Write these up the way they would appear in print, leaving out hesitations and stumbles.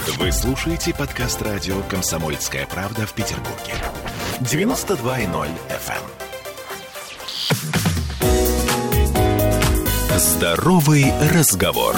Вы слушаете подкаст радио «Комсомольская правда» в Петербурге. 92.0 FM. Здоровый разговор.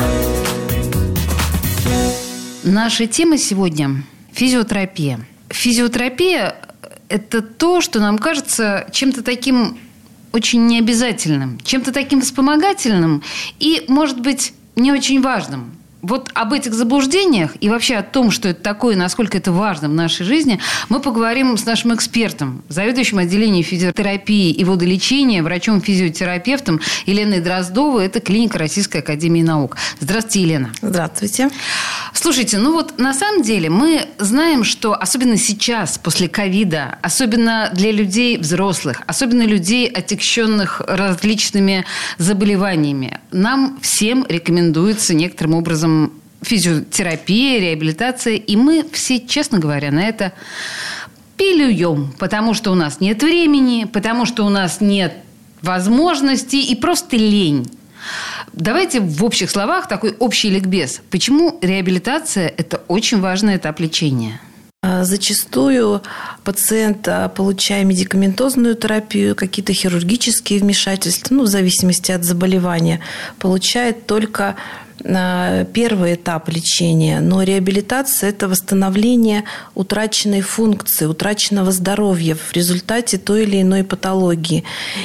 Наша тема сегодня – физиотерапия. Физиотерапия – это то, что нам кажется чем-то таким очень необязательным, чем-то таким вспомогательным и, может быть, не очень важным. Вот об этих заблуждениях и вообще о том, что это такое и насколько это важно в нашей жизни, мы поговорим с нашим экспертом, заведующим отделением физиотерапии и водолечения, врачом-физиотерапевтом Еленой Дроздовой. Это клиника Российской академии наук. Здравствуйте, Елена. Здравствуйте. Слушайте, на самом деле мы знаем, что особенно сейчас, после ковида, особенно для людей взрослых, особенно людей, отягченных различными заболеваниями, нам всем рекомендуется некоторым образом физиотерапия, реабилитация. И мы все, честно говоря, на это пилюем. Потому что у нас нет времени, потому что у нас нет возможностей и просто лень. Давайте в общих словах такой общий ликбез. Почему реабилитация – это очень важный этап лечения? Зачастую пациент, получая медикаментозную терапию, какие-то хирургические вмешательства, в зависимости от заболевания, получает только первый этап лечения. Но реабилитация – это восстановление утраченной функции, утраченного здоровья в результате той или иной патологии.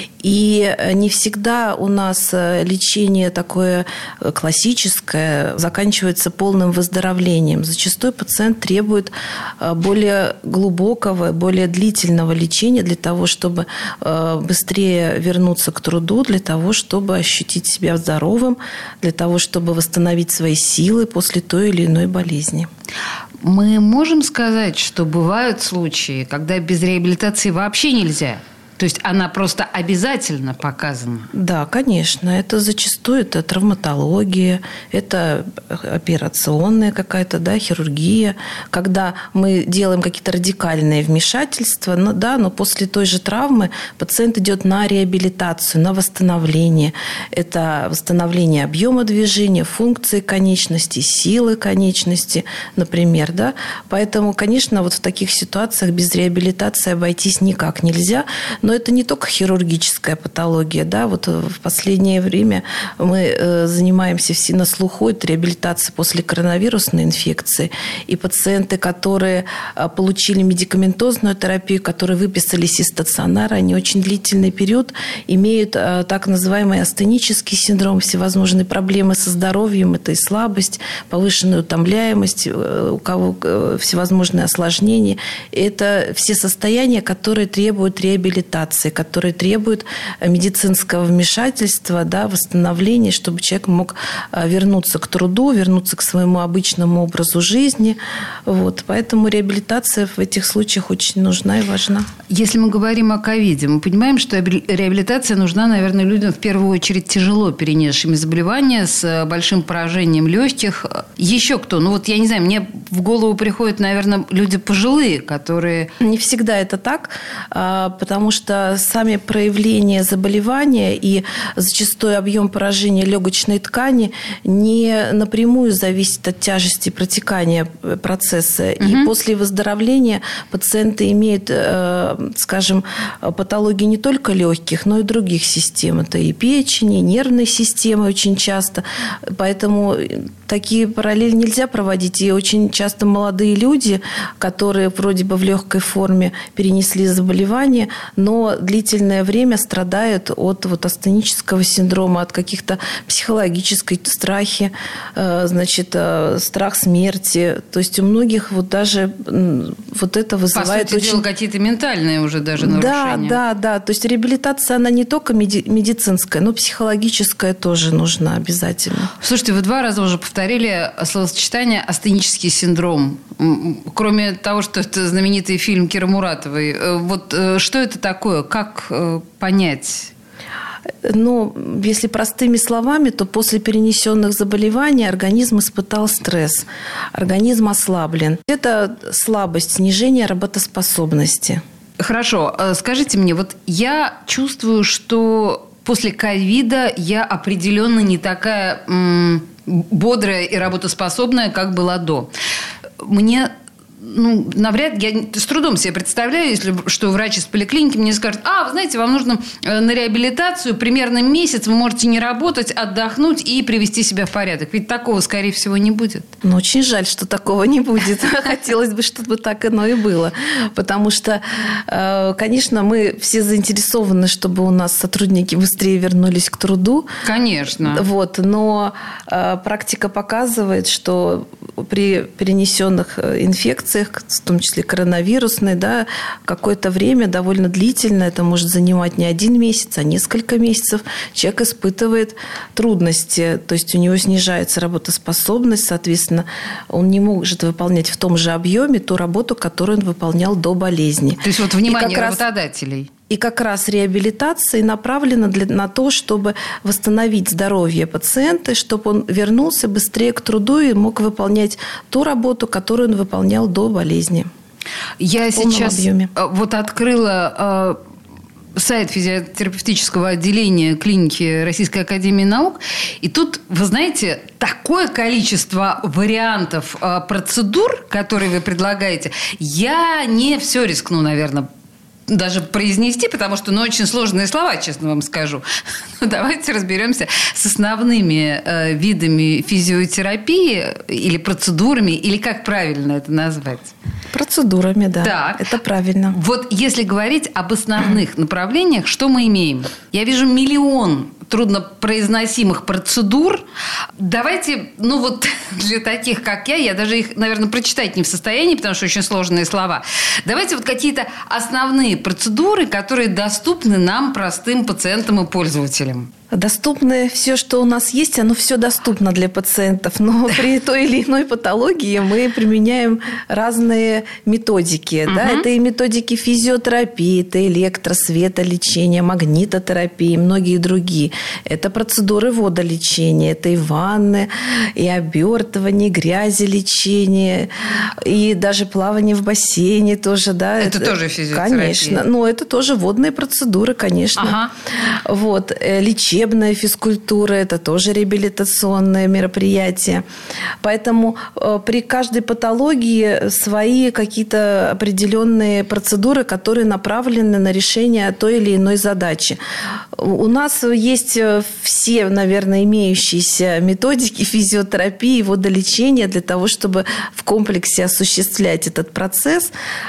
И не всегда у нас лечение такое классическое заканчивается полным выздоровлением. Зачастую пациент требует более глубокого, более длительного лечения для того, чтобы быстрее вернуться к труду, для того, чтобы ощутить себя здоровым, для того, чтобы восстановить свои силы после той или иной болезни. Мы можем сказать, что бывают случаи, когда без реабилитации вообще нельзя? То есть она просто обязательно показана? Да, конечно. Это зачастую это травматология, это операционная какая-то, хирургия. Когда мы делаем какие-то радикальные вмешательства, но после той же травмы пациент идет на реабилитацию, на восстановление. Это восстановление объема движения, функции конечности, силы конечности, например. Поэтому, конечно, в таких ситуациях без реабилитации обойтись никак нельзя. Но это не только хирургическая патология. В последнее время мы занимаемся все на слуху. Это реабилитация после коронавирусной инфекции. И пациенты, которые получили медикаментозную терапию, которые выписались из стационара, они очень длительный период имеют так называемый астенический синдром, всевозможные проблемы со здоровьем. Это и слабость, повышенная утомляемость, у кого всевозможные осложнения. Это все состояния, которые требуют реабилитации, которые требуют медицинского вмешательства, восстановления, чтобы человек мог вернуться к труду, вернуться к своему обычному образу жизни. Поэтому реабилитация в этих случаях очень нужна и важна. Если мы говорим о ковиде, мы понимаем, что реабилитация нужна, наверное, людям в первую очередь тяжело перенесшими заболевания с большим поражением легких. Еще кто? Я не знаю, мне в голову приходят, наверное, люди пожилые, которые... Не всегда это так, потому что сами проявления заболевания и зачастую объем поражения легочной ткани не напрямую зависит от тяжести протекания процесса. И после выздоровления пациенты имеют, патологии не только легких, но и других систем. Это и печени, и нервной системы очень часто. Поэтому такие параллели нельзя проводить. И очень часто молодые люди, которые вроде бы в легкой форме перенесли заболевание, но длительное время страдают от астенического синдрома, от каких-то психологической страхи, страх смерти. То есть у многих даже это вызывает... По сути дела, какие-то ментальные уже даже нарушения. Да. То есть реабилитация, она не только медицинская, но психологическая тоже нужна обязательно. Слушайте, вы 2 раза уже повторили словосочетание «астенический синдром». Кроме того, что это знаменитый фильм Киры Муратовой. Что это такое? Как понять? Если простыми словами, то после перенесенных заболеваний организм испытал стресс, организм ослаблен. Это слабость, снижение работоспособности. Хорошо. Скажите мне, я чувствую, что после ковида я определенно не такая бодрая и работоспособная, как была до. мне... навряд я с трудом себе представляю, что врач из поликлиники мне скажет: вы знаете, вам нужно на реабилитацию примерно месяц, вы можете не работать, отдохнуть и привести себя в порядок. Ведь такого, скорее всего, не будет. Но очень жаль, что такого не будет. Хотелось бы, чтобы так оно и было. Потому что, конечно, мы все заинтересованы, чтобы у нас сотрудники быстрее вернулись к труду. Конечно. Но практика показывает, что при перенесенных инфекциях, в том числе коронавирусной, какое-то время довольно длительно, это может занимать не 1 месяц, а несколько месяцев, человек испытывает трудности, то есть у него снижается работоспособность, соответственно, он не может выполнять в том же объеме ту работу, которую он выполнял до болезни. То есть вот внимание работодателей. И как раз реабилитация направлена на то, чтобы восстановить здоровье пациента, чтобы он вернулся быстрее к труду и мог выполнять ту работу, которую он выполнял до болезни. Я сейчас открыла сайт физиотерапевтического отделения клиники Российской академии наук. И тут, вы знаете, такое количество вариантов процедур, которые вы предлагаете, я не все рискну, наверное, даже произнести, потому что очень сложные слова, честно вам скажу. Давайте разберемся с основными видами физиотерапии или процедурами, или как правильно это назвать? Процедурами, да. Так. Это правильно. Вот если говорить об основных направлениях, что мы имеем? Я вижу миллион труднопроизносимых процедур. Давайте, для таких, как я даже их, наверное, прочитать не в состоянии, потому что очень сложные слова. Давайте какие-то основные процедуры, которые доступны нам, простым пациентам и пользователям. Доступно все, что у нас есть, оно все доступно для пациентов. Но при той или иной патологии мы применяем разные методики. Да? Это и методики физиотерапии, это электросветолечение, магнитотерапии и многие другие. Это процедуры водолечения, это и ванны, и обертывание, грязелечение, и даже плавание в бассейне тоже. Да? Это тоже физиотерапия? Конечно. Но это тоже водные процедуры, конечно. Лечебная физкультура – это тоже реабилитационное мероприятие. Поэтому при каждой патологии свои какие-то определенные процедуры, которые направлены на решение той или иной задачи. У нас есть все, наверное, имеющиеся методики физиотерапии, водолечения для того, чтобы в комплексе осуществлять этот процесс.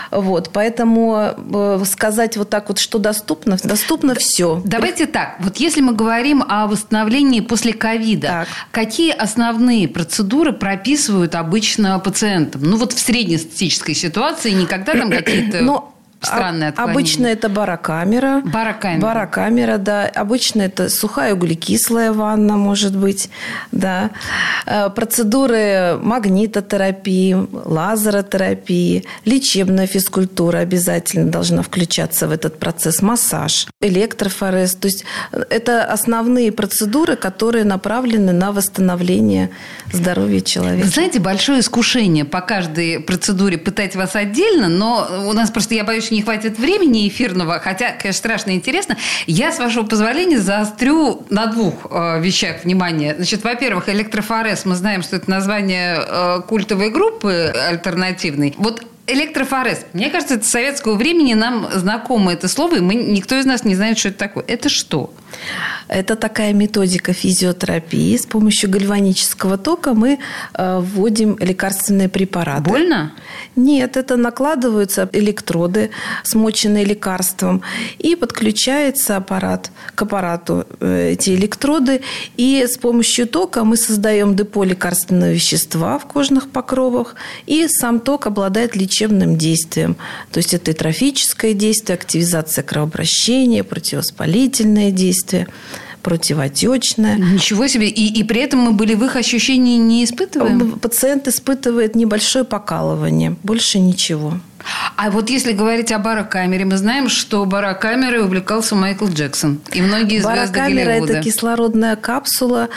Поэтому сказать что доступно, доступно все. Давайте так. Если мы говорим о восстановлении после ковида, какие основные процедуры прописывают обычно пациентам? В среднестатистической ситуации, никогда там какие-то... Странное отклонение. Обычно это барокамера. Барокамера, да. Обычно это сухая углекислая ванна, может быть. Да. Процедуры магнитотерапии, лазеротерапии, лечебная физкультура обязательно должна включаться в этот процесс. Массаж, электрофорез. То есть это основные процедуры, которые направлены на восстановление здоровья человека. Вы знаете, большое искушение по каждой процедуре пытать вас отдельно, но у нас просто, я боюсь, не хватит времени эфирного, хотя, конечно, страшно интересно. Я, с вашего позволения, заострю на 2 вещах внимание. Значит, во-первых, электрофорез. Мы знаем, что это название культовой группы альтернативной. Электрофорез. Мне кажется, это с советского времени нам знакомо это слово, и никто из нас не знает, что это такое. Это что? Это такая методика физиотерапии. С помощью гальванического тока мы вводим лекарственные препараты. Больно? Нет, это накладываются электроды, смоченные лекарством, и подключается к аппарату эти электроды, и с помощью тока мы создаем депо лекарственного вещества в кожных покровах, и сам ток обладает лечебным действием. То есть это и трофическое действие, активизация кровообращения, противовоспалительное действие, противоотечное. Ничего себе. И при этом мы болевых ощущений не испытываем? Пациент испытывает небольшое покалывание. Больше ничего. А если говорить о барокамере, мы знаем, что барокамерой увлекался Майкл Джексон и многие звезды Голливуда. Барокамера – это кислородная капсула.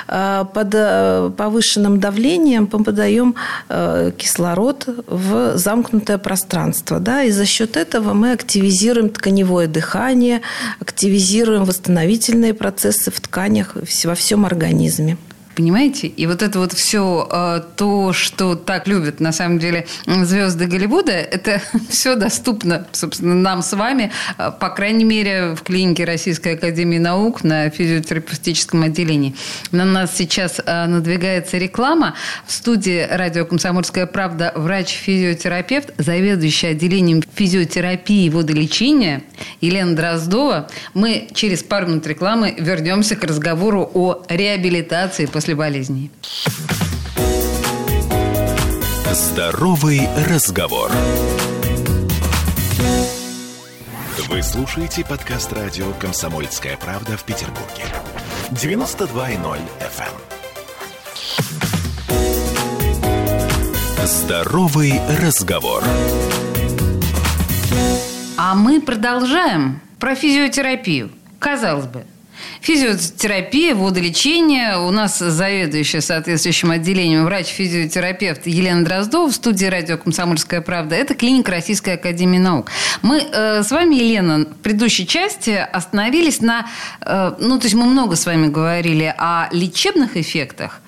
Под повышенным давлением мы подаем кислород в замкнутое пространство. Да? И за счет этого мы активизируем тканевое дыхание, активизируем восстановительные процессы в тканях во всем организме. Понимаете? И вот это вот все то, что так любят, на самом деле, звезды Голливуда, это все доступно, собственно, нам с вами, по крайней мере, в клинике Российской академии наук на физиотерапевтическом отделении. На нас сейчас надвигается реклама. В студии радио «Комсомольская правда» врач-физиотерапевт, заведующий отделением физиотерапии и водолечения Елена Дроздова. Мы через пару минут рекламы вернемся к разговору о реабилитации после болезней. Здоровый разговор. Вы слушаете подкаст радио «Комсомольская правда» в Петербурге. 92.0 FM. Здоровый разговор. А мы продолжаем про физиотерапию. Казалось бы, физиотерапия, водолечение. У нас заведующая соответствующим отделением врач-физиотерапевт Елена Дроздова в студии радио «Комсомольская правда». Это клиника Российской академии наук. Мы с вами, Елена, в предыдущей части остановились на... то есть мы много с вами говорили о лечебных эффектах.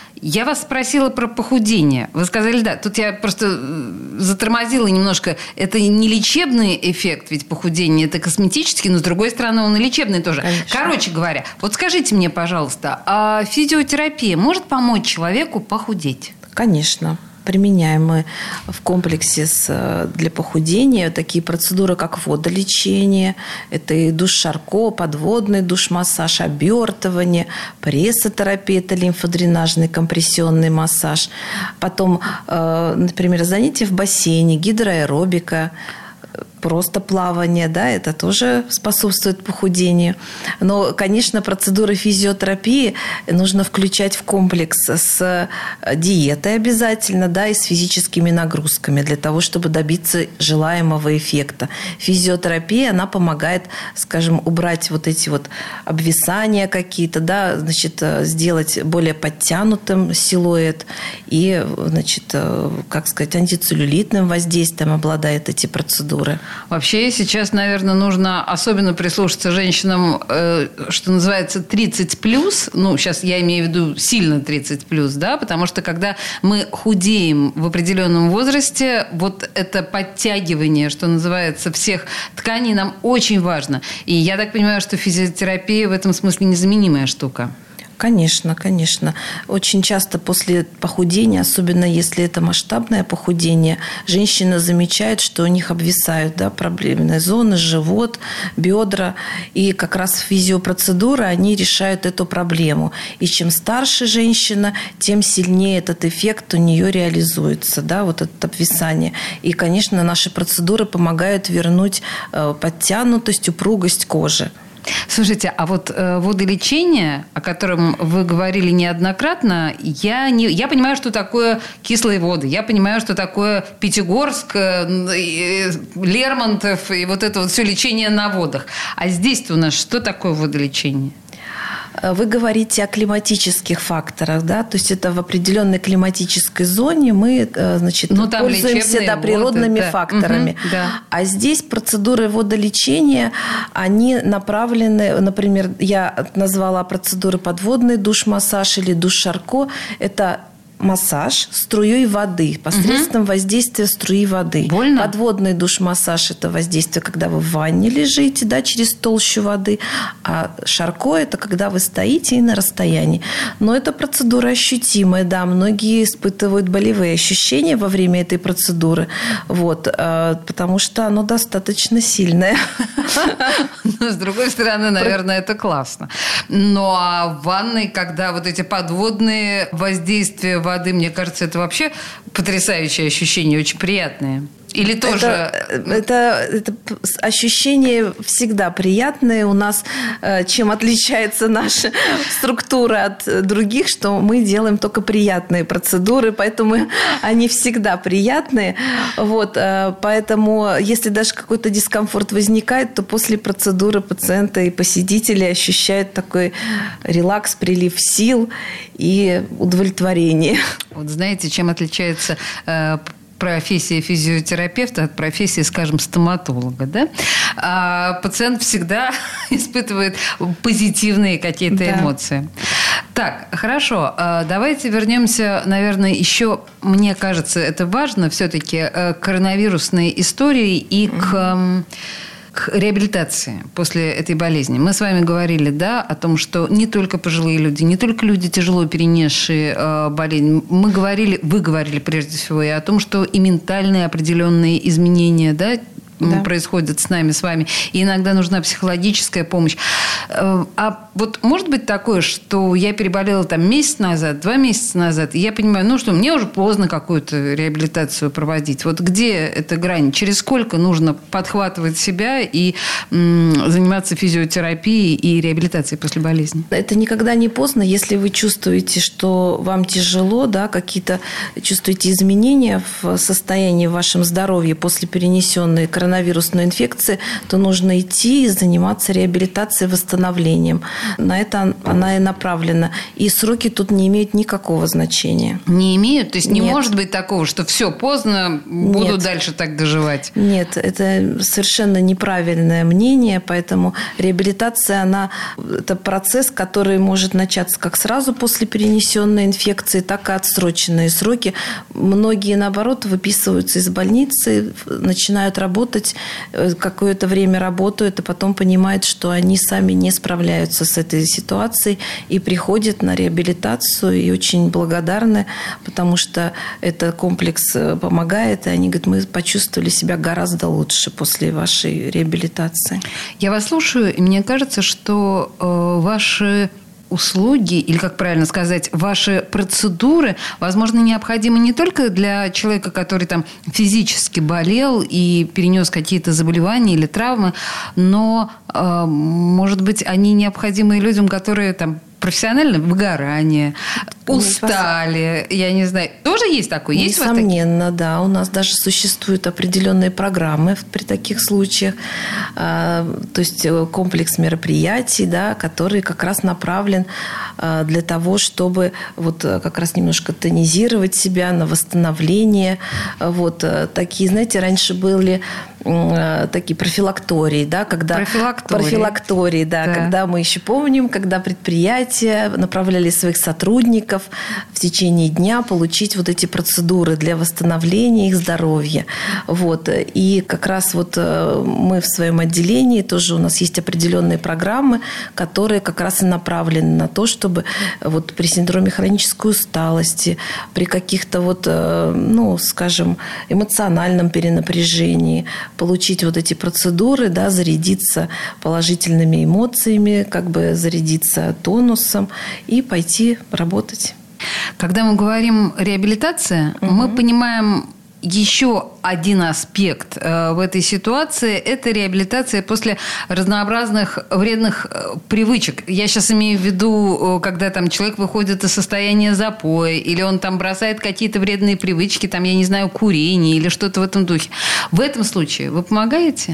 Я вас спросила про похудение. Вы сказали, да. Тут я просто затормозила немножко. Это не лечебный эффект, ведь похудение – это косметический, но, с другой стороны, он и лечебный тоже. Конечно. Короче говоря, вот скажите мне, пожалуйста, а физиотерапия может помочь человеку похудеть? Конечно. Применяем мы в комплексе для похудения такие процедуры, как водолечение, это и душ Шарко, подводный душ-массаж, обертывание, прессотерапия, это лимфодренажный компрессионный массаж. Потом, например, занятия в бассейне, гидроаэробика, просто плавание, да, это тоже способствует похудению. Но, конечно, процедуры физиотерапии нужно включать в комплекс с диетой обязательно, да, и с физическими нагрузками для того, чтобы добиться желаемого эффекта. Физиотерапия, она помогает, скажем, убрать вот эти вот обвисания какие-то, да, значит, сделать более подтянутым силуэт и, значит, как сказать, антицеллюлитным воздействием обладают эти процедуры. Вообще сейчас, наверное, нужно особенно прислушаться женщинам, что называется, 30+. Ну, сейчас я имею в виду сильно 30+, да, потому что когда мы худеем в определенном возрасте, вот это подтягивание, что называется, всех тканей нам очень важно. И я так понимаю, что физиотерапия в этом смысле незаменимая штука. Конечно, конечно. Очень часто после похудения, особенно если это масштабное похудение, женщины замечают, что у них обвисают, да, проблемные зоны, живот, бедра. И как раз физиопроцедуры, они решают эту проблему. И чем старше женщина, тем сильнее этот эффект у нее реализуется, да, вот это обвисание. И, конечно, наши процедуры помогают вернуть подтянутость, упругость кожи. Слушайте, а вот водолечение, о котором вы говорили неоднократно, я понимаю, что такое кислые воды, я понимаю, что такое Пятигорск, Лермонтов и вот это вот все лечение на водах. А здесь-то у нас что такое водолечение? Вы говорите о климатических факторах, да, то есть это в определенной климатической зоне мы, значит, пользуемся природными факторами. Угу, да. А здесь процедуры водолечения, они направлены, например, я назвала процедуры подводный душ-массаж или душ Шарко, это массаж струей воды, посредством воздействия струи воды. Больно? Подводный душ-массаж – это воздействие, когда вы в ванне лежите, да, через толщу воды. А Шарко – это когда вы стоите и на расстоянии. Но эта процедура ощутимая, да. Многие испытывают болевые ощущения во время этой процедуры, вот, потому что оно достаточно сильное. С другой стороны, наверное, это классно. Ну, а в ванной, когда вот эти подводные воздействия воды, мне кажется, это вообще потрясающее ощущение, очень приятное. Или тоже... Это ощущения всегда приятные. У нас чем отличается наша структура от других, что мы делаем только приятные процедуры, поэтому они всегда приятные. Вот, поэтому если даже какой-то дискомфорт возникает, то после процедуры пациента и посетители ощущают такой релакс, прилив сил и удовлетворение. Вот знаете, чем отличается профессия физиотерапевта от профессии, скажем, стоматолога, да? А пациент всегда испытывает позитивные какие-то эмоции. Так, хорошо. Давайте вернемся, наверное, еще, мне кажется, это важно все-таки, к коронавирусной истории и к реабилитации после этой болезни. Мы с вами говорили, да, о том, что не только пожилые люди, не только люди, тяжело перенесшие болезнь. Вы говорили прежде всего и о том, что и ментальные определенные изменения, да, происходит с нами, с вами. И иногда нужна психологическая помощь. А вот может быть такое, что я переболела там месяц назад, 2 месяца назад, и я понимаю, что мне уже поздно какую-то реабилитацию проводить. Вот где эта грань? Через сколько нужно подхватывать себя и заниматься физиотерапией и реабилитацией после болезни? Это никогда не поздно, если вы чувствуете, что вам тяжело, да, какие-то чувствуете изменения в состоянии в вашем здоровье после перенесенной коронавирусной инфекции, то нужно идти и заниматься реабилитацией, восстановлением. На это она и направлена. И сроки тут не имеют никакого значения. Не имеют? То есть не может быть такого, что все, поздно, буду дальше так доживать? Нет, это совершенно неправильное мнение, поэтому реабилитация, это процесс, который может начаться как сразу после перенесенной инфекции, так и отсроченные сроки. Многие, наоборот, выписываются из больницы, начинают работать, какое-то время работают, и потом понимают, что они сами не справляются с этой ситуацией и приходят на реабилитацию и очень благодарны, потому что этот комплекс помогает, и они говорят, мы почувствовали себя гораздо лучше после вашей реабилитации. Я вас слушаю, и мне кажется, что ваши услуги, или, как правильно сказать, ваши процедуры, возможно, необходимы не только для человека, который там физически болел и перенес какие-то заболевания или травмы, но, может быть, они необходимы и людям, которые там профессионально выгорание, устали, я не знаю. Тоже есть такое? Есть Несомненно, да. У нас даже существуют определенные программы при таких случаях. То есть комплекс мероприятий, да, который как раз направлен для того, чтобы вот как раз немножко тонизировать себя на восстановление. Вот такие, знаете, раньше были такие профилактории, да, когда профилактории, да, когда мы еще помним, когда предприятия направляли своих сотрудников в течение дня получить вот эти процедуры для восстановления их здоровья. Вот. И как раз вот мы в своем отделении тоже у нас есть определенные программы, которые как раз и направлены на то, чтобы вот при синдроме хронической усталости, при каких-то вот, скажем, эмоциональном перенапряжении получить вот эти процедуры, да, зарядиться положительными эмоциями, как бы зарядиться тонусом и пойти работать. Когда мы говорим реабилитация, мы понимаем еще один аспект в этой ситуации – это реабилитация после разнообразных вредных привычек. Я сейчас имею в виду, когда там человек выходит из состояния запоя, или он там бросает какие-то вредные привычки, там, я не знаю, курение или что-то в этом духе. В этом случае вы помогаете?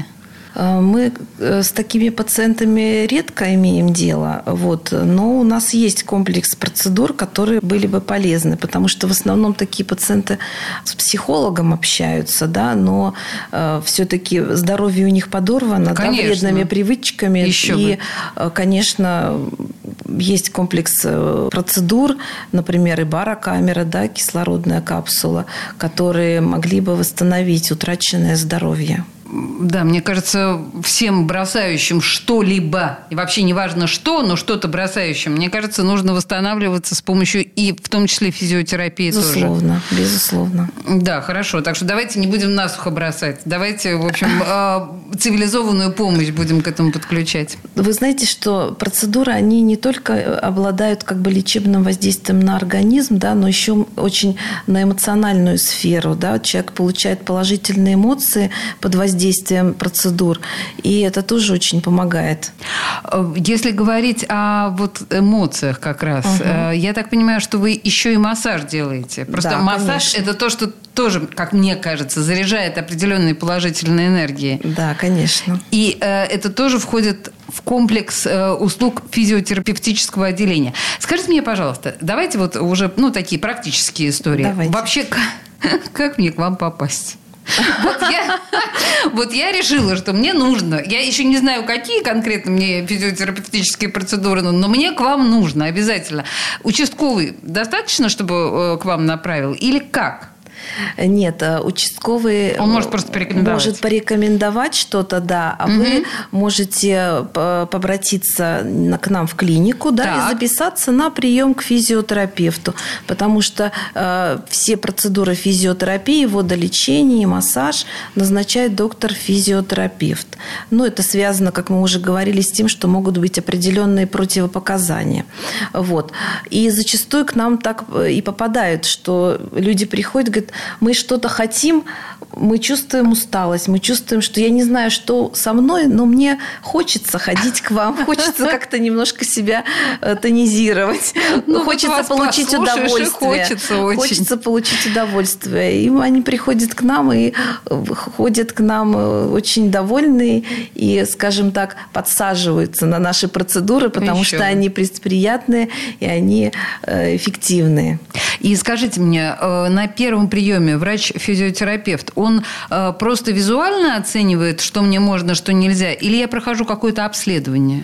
Мы с такими пациентами редко имеем дело, вот, но у нас есть комплекс процедур, которые были бы полезны, потому что в основном такие пациенты с психологом общаются, да, но все-таки здоровье у них подорвано, да, вредными привычками. И, конечно, есть комплекс процедур, например, и барокамера, да, кислородная капсула, которые могли бы восстановить утраченное здоровье. Да, мне кажется, всем бросающим что-либо, и вообще не важно что, но что-то бросающим, мне кажется, нужно восстанавливаться с помощью и в том числе физиотерапии безусловно, тоже. Безусловно. Да, хорошо. Так что давайте не будем насухо бросать. Давайте, в общем, цивилизованную помощь будем к этому подключать. Вы знаете, что процедуры, они не только обладают как бы лечебным воздействием на организм, да, но еще очень на эмоциональную сферу. Да. Человек получает положительные эмоции под воздействием процедур. И это тоже очень помогает. Если говорить о вот эмоциях как раз, я так понимаю, что вы еще и массаж делаете. Просто да, массаж – это то, что тоже, как мне кажется, заряжает определенные положительные энергии. Да, конечно. И это тоже входит в комплекс услуг физиотерапевтического отделения. Скажите мне, пожалуйста, давайте вот уже такие практические истории. Давайте. Вообще, как мне к вам попасть? Вот я решила, что мне нужно. Я еще не знаю, какие конкретно мне физиотерапевтические процедуры, но мне к вам нужно обязательно. Участковый достаточно, чтобы к вам направил? Или как? Нет, участковый он может просто порекомендовать. Может порекомендовать что-то, да, а вы можете обратиться к нам в клинику, да, и записаться на прием к физиотерапевту, потому что все процедуры физиотерапии, водолечение, массаж назначает доктор-физиотерапевт. Но это связано, как мы уже говорили, с тем, что могут быть определенные противопоказания. Вот. И зачастую к нам так и попадают, что люди приходят, говорят, мы что-то хотим, мы чувствуем усталость, мы чувствуем, что я не знаю, что со мной, но мне хочется ходить к вам, хочется как-то немножко себя тонизировать, хочется получить удовольствие. Хочется получить удовольствие. И они приходят к нам и ходят к нам очень довольные и, скажем так, подсаживаются на наши процедуры, потому что они приятные и они эффективные. И скажите мне, на первом приеме врач-физиотерапевт, он просто визуально оценивает, что мне можно, что нельзя, или я прохожу какое-то обследование?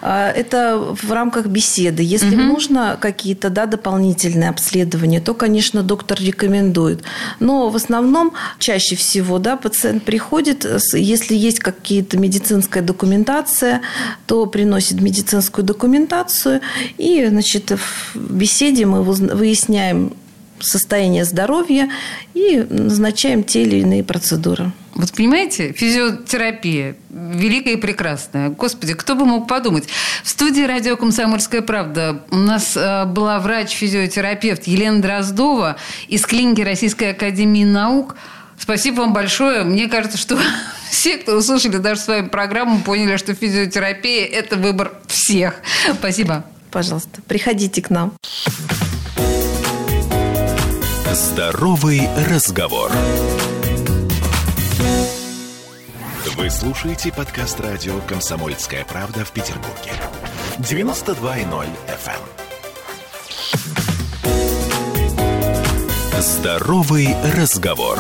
Это в рамках беседы. Если нужно какие-то дополнительные обследования, то, конечно, доктор рекомендует. Но в основном, чаще всего, пациент приходит, если есть какие-то медицинская документация, то приносит медицинскую документацию, и, значит, в беседе мы выясняем состояние здоровья и назначаем те или иные процедуры. Вот понимаете, физиотерапия великая и прекрасная. Господи, кто бы мог подумать. В студии радио «Комсомольская правда» у нас была врач-физиотерапевт Елена Дроздова из клиники Российской академии наук. Спасибо вам большое. Мне кажется, что все, кто услышали даже свою программу, поняли, что физиотерапия – это выбор всех. Спасибо. Пожалуйста, приходите к нам. Здоровый разговор. Вы слушаете подкаст радио «Комсомольская правда» в Петербурге. 92.0 FM. Здоровый разговор.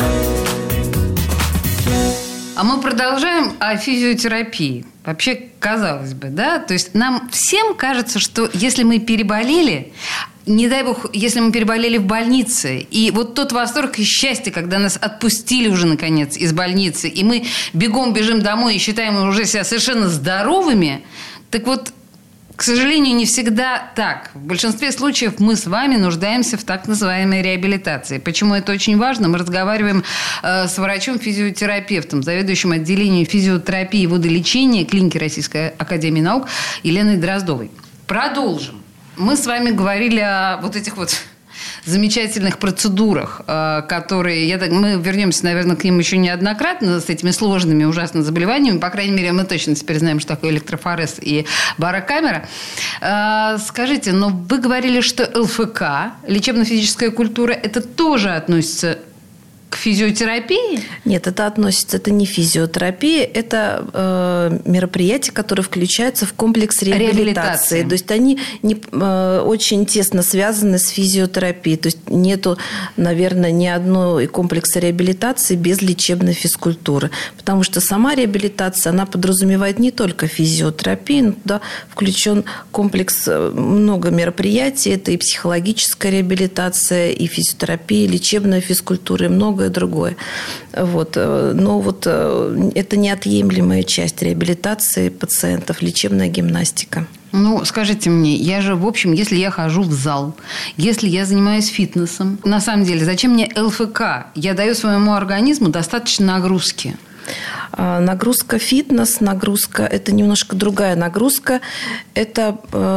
А мы продолжаем о физиотерапии. Вообще, казалось бы, да? То есть нам всем кажется, что если мы переболели, не дай бог, если мы переболели в больнице, и вот тот восторг и счастье, когда нас отпустили уже, наконец, из больницы, и мы бегом бежим домой и считаем уже себя совершенно здоровыми, так вот, к сожалению, не всегда так. В большинстве случаев мы с вами нуждаемся в так называемой реабилитации. Почему это очень важно? Мы разговариваем с врачом-физиотерапевтом, заведующим отделением физиотерапии и водолечения клиники Российской академии наук Еленой Дроздовой. Продолжим. Мы с вами говорили о вот этих вот замечательных процедурах, которые... Мы вернемся, наверное, к ним еще неоднократно, с этими сложными ужасными заболеваниями. По крайней мере, мы точно теперь знаем, что такое электрофорез и барокамера. Скажите, но вы говорили, что ЛФК, лечебно-физическая культура, это тоже относится к физиотерапии? Нет, это не физиотерапия, это мероприятия, которые включаются в комплекс реабилитации. То есть они очень тесно связаны с физиотерапией. То есть нету, наверное, ни одной комплекса реабилитации без лечебной физкультуры. Потому что сама реабилитация, она подразумевает не только физиотерапию, но туда включен комплекс, много мероприятий. Это и психологическая реабилитация, и физиотерапия, и лечебная физкультура, и многое другое. Вот. Но вот это неотъемлемая часть реабилитации пациентов, лечебная гимнастика. Ну, скажите мне, я же, в общем, если я хожу в зал, если я занимаюсь фитнесом, на самом деле, зачем мне ЛФК? Я даю своему организму достаточно нагрузки. Нагрузка фитнес, нагрузка – это немножко другая нагрузка. Это,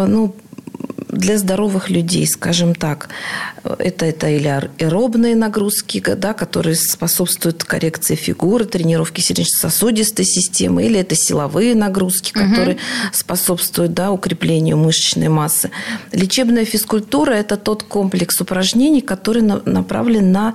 для здоровых людей, скажем так. Это или аэробные нагрузки, которые способствуют коррекции фигуры, тренировке сердечно-сосудистой системы, или это силовые нагрузки, которые способствуют укреплению мышечной массы. Лечебная физкультура – это тот комплекс упражнений, который направлен на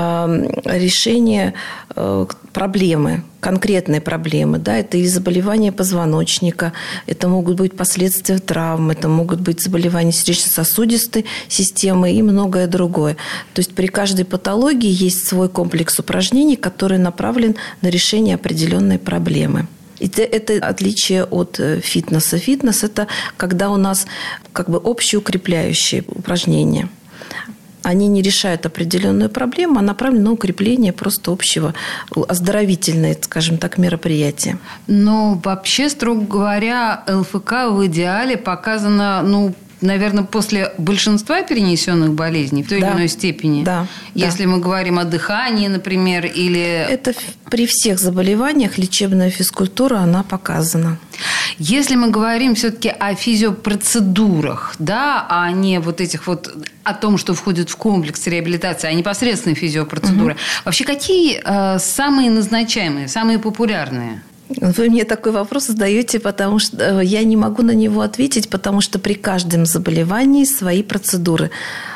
решение проблемы, конкретные проблемы. Да? Это и заболевания позвоночника, это могут быть последствия травм, это могут быть заболевания сердечно-сосудистой системы и много многое другое. То есть при каждой патологии есть свой комплекс упражнений, который направлен на решение определенной проблемы. Это отличие от фитнеса. Фитнес – это когда у нас как бы общеукрепляющие упражнения. Они не решают определенную проблему, а направлены на укрепление просто общего, оздоровительное, скажем так, мероприятия. Но вообще, строго говоря, ЛФК в идеале показано, наверное, после большинства перенесенных болезней в той или иной степени. Да. Если мы говорим о дыхании, например, или... Это при всех заболеваниях лечебная физкультура, она показана. Если мы говорим все-таки о физиопроцедурах, да, а не вот этих вот, о том, что входит в комплекс реабилитации, а непосредственно физиопроцедуры, вообще какие самые назначаемые, самые популярные? Вы мне такой вопрос задаете, потому что я не могу на него ответить, потому что при каждом заболевании свои процедуры.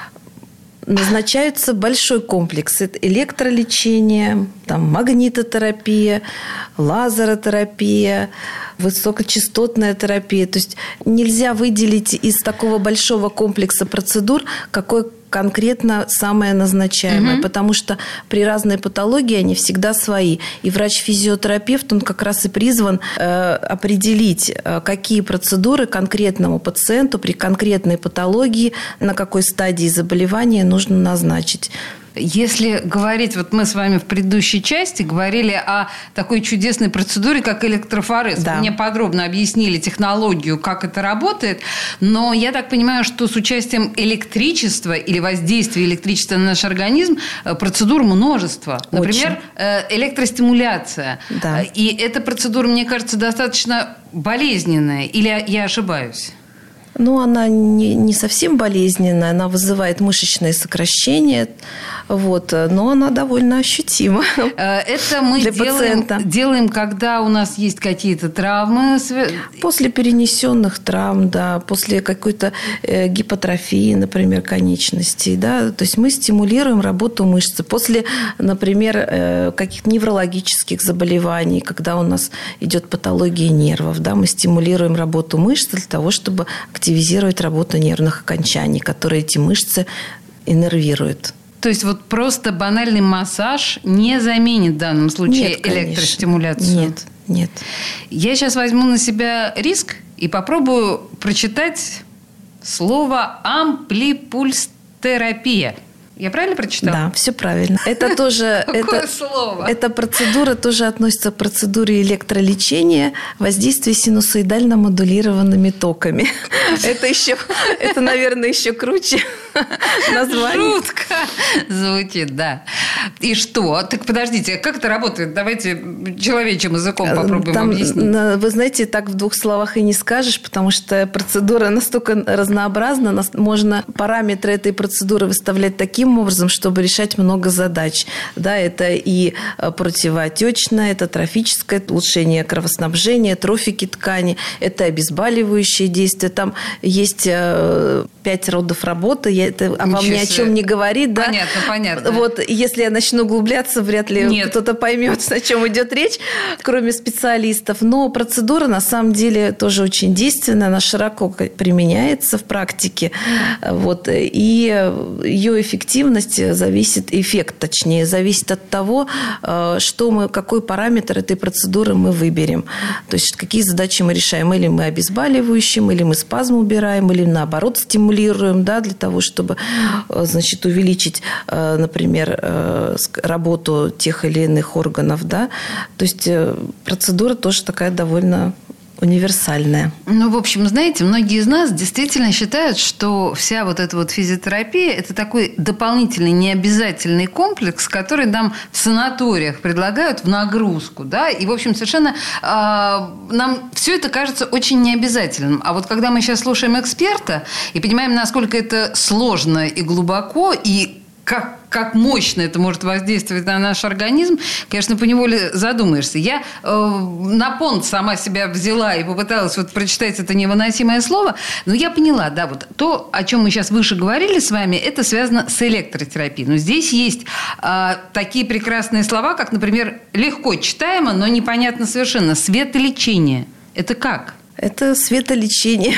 Назначается большой комплекс. Это электролечение, магнитотерапия, лазеротерапия, высокочастотная терапия. То есть нельзя выделить из такого большого комплекса процедур, какой конкретно самое назначаемое, потому что при разной патологии они всегда свои. И врач-физиотерапевт, он как раз и призван определить, какие процедуры конкретному пациенту при конкретной патологии, на какой стадии заболевания нужно назначить. Если говорить, вот мы с вами в предыдущей части говорили о такой чудесной процедуре, как электрофорез. Да. Мне подробно объяснили технологию, как это работает, но я так понимаю, что с участием электричества или воздействия электричества на наш организм процедур множество. Например, электростимуляция. Да. И эта процедура, мне кажется, достаточно болезненная. Или я ошибаюсь? Она не совсем болезненная, она вызывает мышечное сокращение, но она довольно ощутима. Это мы для пациента. Делаем, когда у нас есть какие-то травмы. После перенесенных травм, да, после какой-то гипотрофии, например, конечностей. Да, то есть мы стимулируем работу мышцы. После, например, каких-то неврологических заболеваний, когда у нас идет патология нервов, да, мы стимулируем работу мышц для того, чтобы активизировать работу нервных окончаний, которые эти мышцы иннервируют. То есть вот просто банальный массаж не заменит в данном случае электростимуляцию? Нет. Я сейчас возьму на себя риск и попробую прочитать слово амплипульстерапия. Я правильно прочитала? Да, все правильно. Это тоже... Какое слово? Эта процедура тоже относится к процедуре электролечения, воздействия синусоидально модулированными токами. Это, наверное, еще круче название. Жутко звучит, да. И что? Так подождите, как это работает? Давайте человечьим языком попробуем объяснить. Вы знаете, так в двух словах и не скажешь, потому что процедура настолько разнообразна. Можно параметры этой процедуры выставлять таким образом, чтобы решать много задач. Да, это и противоотечное, это трофическое, улучшение кровоснабжения, трофики ткани, это обезболивающие действия. Там есть 5 родов работы. Это вам ни о чем не говорит. Да? Понятно. Вот, если я начну углубляться, вряд ли кто-то поймет, о чем идет речь, кроме специалистов. Но процедура, на самом деле, тоже очень действенная. Она широко применяется в практике. И ее эффективность зависит от того, какой параметр этой процедуры мы выберем. То есть, какие задачи мы решаем. Или мы обезболивающим, или мы спазм убираем, или наоборот стимулируем, да, для того, чтобы, увеличить, например, работу тех или иных органов. Да. То есть, процедура тоже такая довольно универсальная. В общем, знаете, многие из нас действительно считают, что вся вот эта вот физиотерапия – это такой дополнительный, необязательный комплекс, который нам в санаториях предлагают в нагрузку, да, и, в общем, совершенно нам все это кажется очень необязательным. А вот когда мы сейчас слушаем эксперта и понимаем, насколько это сложно и глубоко, и как мощно это может воздействовать на наш организм, конечно, поневоле задумаешься. Я на понт сама себя взяла и попыталась прочитать это невыносимое слово, но я поняла, да, вот то, о чем мы сейчас выше говорили с вами, это связано с электротерапией. Но здесь есть такие прекрасные слова, как, например, легко читаемо, но непонятно совершенно. Светолечение. Это как? Это светолечение.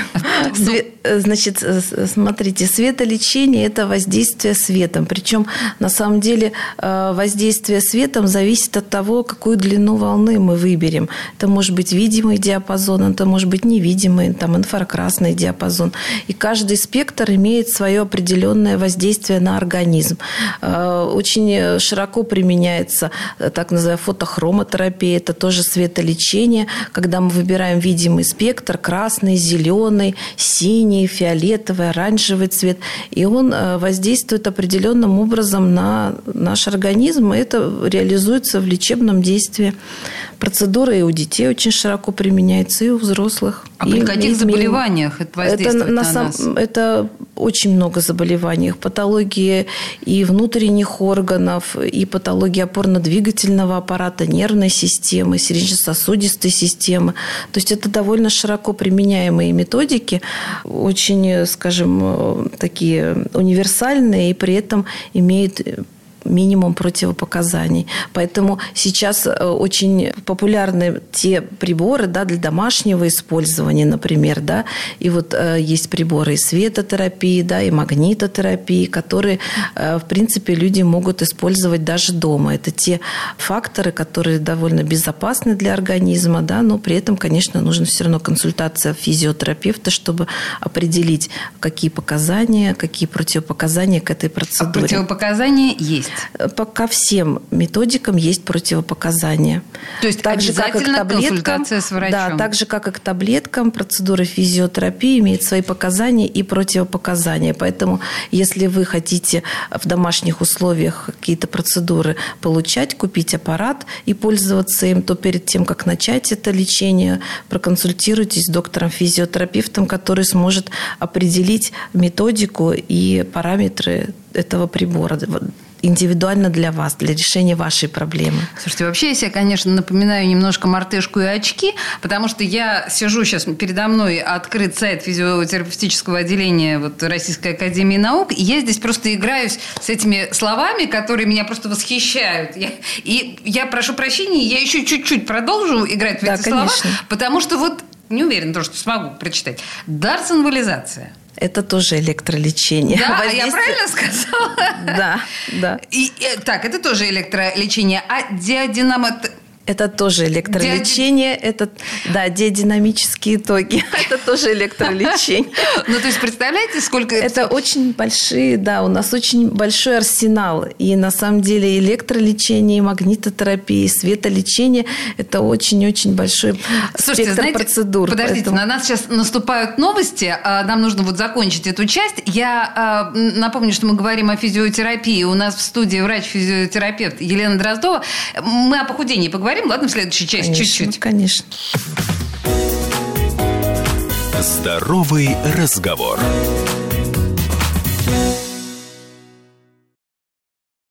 Значит, смотрите, светолечение – это воздействие светом. Причем, на самом деле, воздействие светом зависит от того, какую длину волны мы выберем. Это может быть видимый диапазон, это может быть невидимый, там, инфракрасный диапазон. И каждый спектр имеет свое определенное воздействие на организм. Очень широко применяется так называемая фотохромотерапия. Это тоже светолечение, когда мы выбираем видимый спектр, красный, зеленый, синий, фиолетовый, оранжевый цвет. И он воздействует определенным образом на наш организм. И это реализуется в лечебном действии. Процедура и у детей очень широко применяется, и у взрослых. А при каких заболеваниях это воздействует на нас? Это очень много заболеваний. Патологии и внутренних органов, и патологии опорно-двигательного аппарата, нервной системы, сердечно-сосудистой системы. То есть это довольно широко применяемые методики, очень, скажем, такие универсальные, и при этом имеют минимум противопоказаний. Поэтому сейчас очень популярны те приборы, да, для домашнего использования, например. Да, и вот есть приборы и светотерапии, да, и магнитотерапии, которые, в принципе, люди могут использовать даже дома. Это те факторы, которые довольно безопасны для организма, да, но при этом, конечно, нужна все равно консультация физиотерапевта, чтобы определить, какие показания, какие противопоказания к этой процедуре. А противопоказания есть? Ко всем методикам есть противопоказания. То есть так обязательно же, консультация с врачом? Да, так же, как и к таблеткам, процедура физиотерапии имеет свои показания и противопоказания. Поэтому, если вы хотите в домашних условиях какие-то процедуры получать, купить аппарат и пользоваться им, то перед тем, как начать это лечение, проконсультируйтесь с доктором-физиотерапевтом, который сможет определить методику и параметры этого прибора индивидуально для вас, для решения вашей проблемы. Слушайте, вообще я себе, конечно, напоминаю немножко мартышку и очки, потому что я сижу сейчас, передо мной открыт сайт физиотерапевтического отделения Российской академии наук, и я здесь просто играюсь с этими словами, которые меня просто восхищают. Я прошу прощения, я еще чуть-чуть продолжу играть в эти слова, потому что не уверена, что смогу прочитать. Дарсонвализация. Это тоже электролечение. Да, я правильно сказала? Да. Так, это тоже электролечение. А диадинамо... Это тоже электролечение. Это, диадинамические итоги. Это тоже электролечение. Ну, то есть, представляете, сколько... Это очень большие, у нас очень большой арсенал. И, на самом деле, электролечение, магнитотерапия, светолечение – это очень-очень большой спектр процедур. Подождите, на нас сейчас наступают новости. Нам нужно закончить эту часть. Я напомню, что мы говорим о физиотерапии. У нас в студии врач-физиотерапевт Елена Дроздова. Мы о похудении поговорим. Ладно, в следующей части чуть-чуть. Конечно. Здоровый разговор.